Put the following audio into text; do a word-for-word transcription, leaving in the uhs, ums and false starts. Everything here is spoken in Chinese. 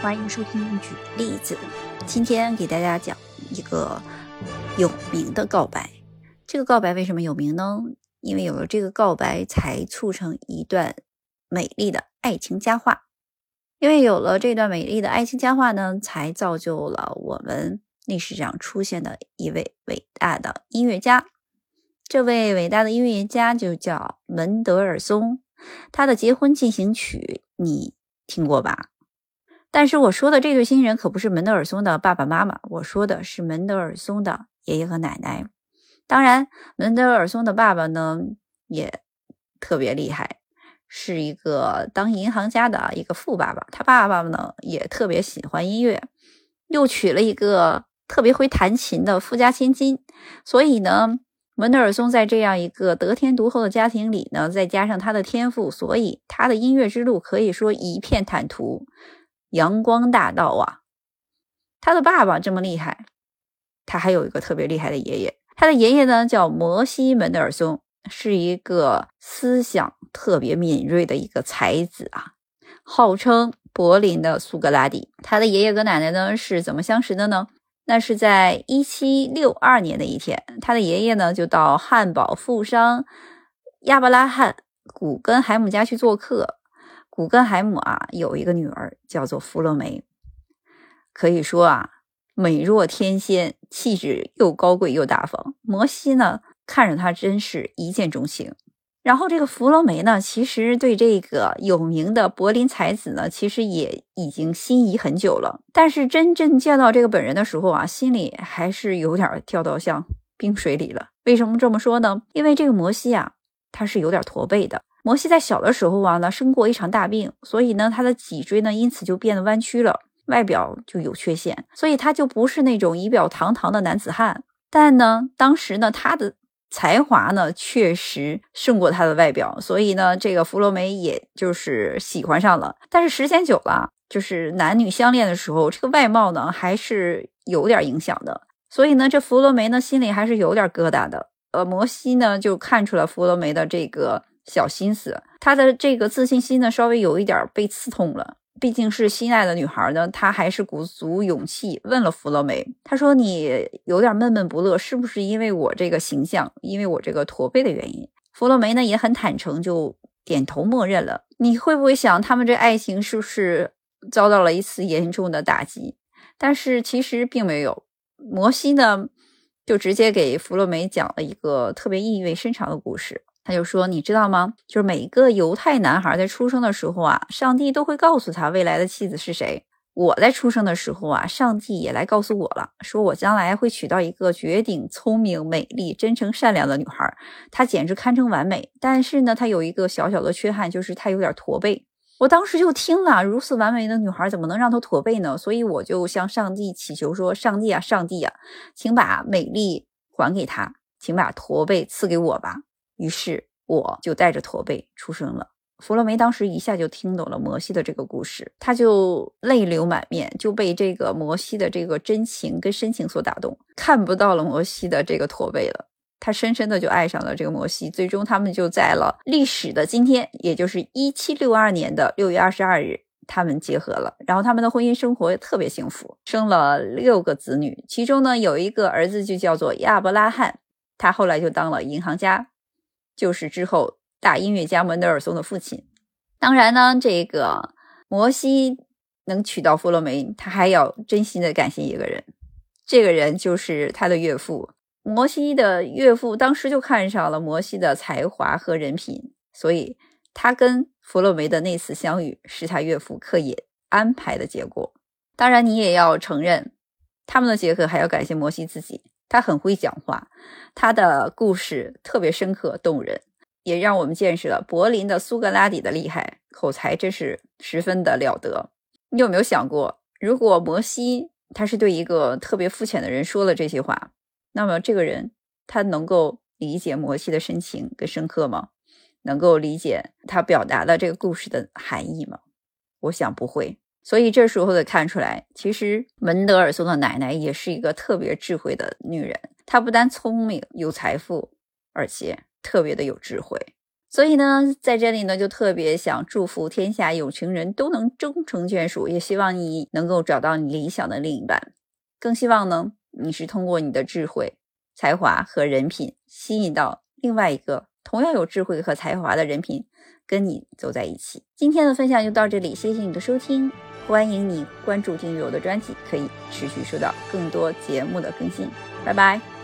欢迎收听举例子。今天给大家讲一个有名的告白。这个告白为什么有名呢？因为有了这个告白，才促成一段美丽的爱情佳话。因为有了这段美丽的爱情佳话呢，才造就了我们历史上出现的一位伟大的音乐家。这位伟大的音乐家就叫门德尔松，他的结婚进行曲你听过吧？但是我说的这对新人可不是门德尔松的爸爸妈妈，我说的是门德尔松的爷爷和奶奶。当然门德尔松的爸爸呢也特别厉害，是一个当银行家的一个富爸爸。他爸爸呢也特别喜欢音乐，又娶了一个特别会弹琴的富家千金。所以呢门德尔松在这样一个得天独厚的家庭里呢，再加上他的天赋，所以他的音乐之路可以说一片坦途，阳光大道啊。他的爸爸这么厉害，他还有一个特别厉害的爷爷。他的爷爷呢叫摩西门德尔松，是一个思想特别敏锐的一个才子啊，号称柏林的苏格拉底。他的爷爷和奶奶呢是怎么相识的呢？那是在一七六二年的一天，他的爷爷呢就到汉堡富商亚伯拉罕古根海姆家去做客。古根海姆啊有一个女儿叫做弗洛梅，可以说啊美若天仙，气质又高贵又大方。摩西呢看着她真是一见钟情。然后这个弗洛梅呢其实对这个有名的柏林才子呢其实也已经心仪很久了，但是真正见到这个本人的时候啊，心里还是有点跳到像冰水里了。为什么这么说呢？因为这个摩西啊他是有点驼背的。摩西在小的时候啊呢生过一场大病，所以呢他的脊椎呢因此就变得弯曲了，外表就有缺陷，所以他就不是那种仪表堂堂的男子汉。但呢当时呢他的才华呢确实胜过他的外表，所以呢这个弗洛梅也就是喜欢上了。但是时间久了，就是男女相恋的时候，这个外貌呢还是有点影响的，所以呢这弗洛梅呢心里还是有点疙瘩的。呃，摩西呢就看出了弗洛梅的这个小心思，他的这个自信心呢稍微有一点被刺痛了。毕竟是心爱的女孩呢，他还是鼓足勇气问了弗洛梅，他说你有点闷闷不乐，是不是因为我这个形象，因为我这个驼背的原因？弗洛梅呢也很坦诚，就点头默认了。你会不会想他们这爱情是不是遭到了一次严重的打击？但是其实并没有。摩西呢就直接给弗洛梅讲了一个特别意味深长的故事。他就说，你知道吗？就是每一个犹太男孩在出生的时候啊，上帝都会告诉他未来的妻子是谁。我在出生的时候啊，上帝也来告诉我了，说我将来会娶到一个绝顶聪明、美丽、真诚、善良的女孩，她简直堪称完美。但是呢，她有一个小小的缺憾，就是她有点驼背。我当时就听了，如此完美的女孩怎么能让她驼背呢？所以我就向上帝祈求说，上帝啊，上帝啊，请把美丽还给她，请把驼背赐给我吧。于是我就带着驼背出生了。弗洛梅当时一下就听懂了摩西的这个故事，他就泪流满面，就被这个摩西的这个真情跟深情所打动，看不到了摩西的这个驼背了，他深深的就爱上了这个摩西。最终他们就在了历史的今天，也就是一七六二年的六月二十二日他们结合了。然后他们的婚姻生活特别幸福，生了六个子女，其中呢有一个儿子就叫做亚伯拉罕，他后来就当了银行家，就是之后大音乐家门德尔松的父亲。当然呢这个摩西能娶到弗洛梅，他还要真心的感谢一个人，这个人就是他的岳父。摩西的岳父当时就看上了摩西的才华和人品，所以他跟弗洛梅的那次相遇是他岳父刻意安排的结果。当然你也要承认，他们的结合还要感谢摩西自己，他很会讲话，他的故事特别深刻动人，也让我们见识了柏林的苏格拉底的厉害，口才真是十分的了得。你有没有想过，如果摩西他是对一个特别肤浅的人说了这些话，那么这个人他能够理解摩西的深情跟深刻吗？能够理解他表达的这个故事的含义吗？我想不会。所以这时候得看出来，其实门德尔松的奶奶也是一个特别智慧的女人，她不但聪明有财富，而且特别的有智慧。 所以呢，在这里呢，就特别想祝福天下有情人都能终成眷属，也希望你能够找到你理想的另一半，更希望呢，你是通过你的智慧、才华和人品吸引到另外一个同样有智慧和才华的人品跟你走在一起。今天的分享就到这里，谢谢你的收听，欢迎你关注订阅我的专辑，可以持续收到更多节目的更新。拜拜。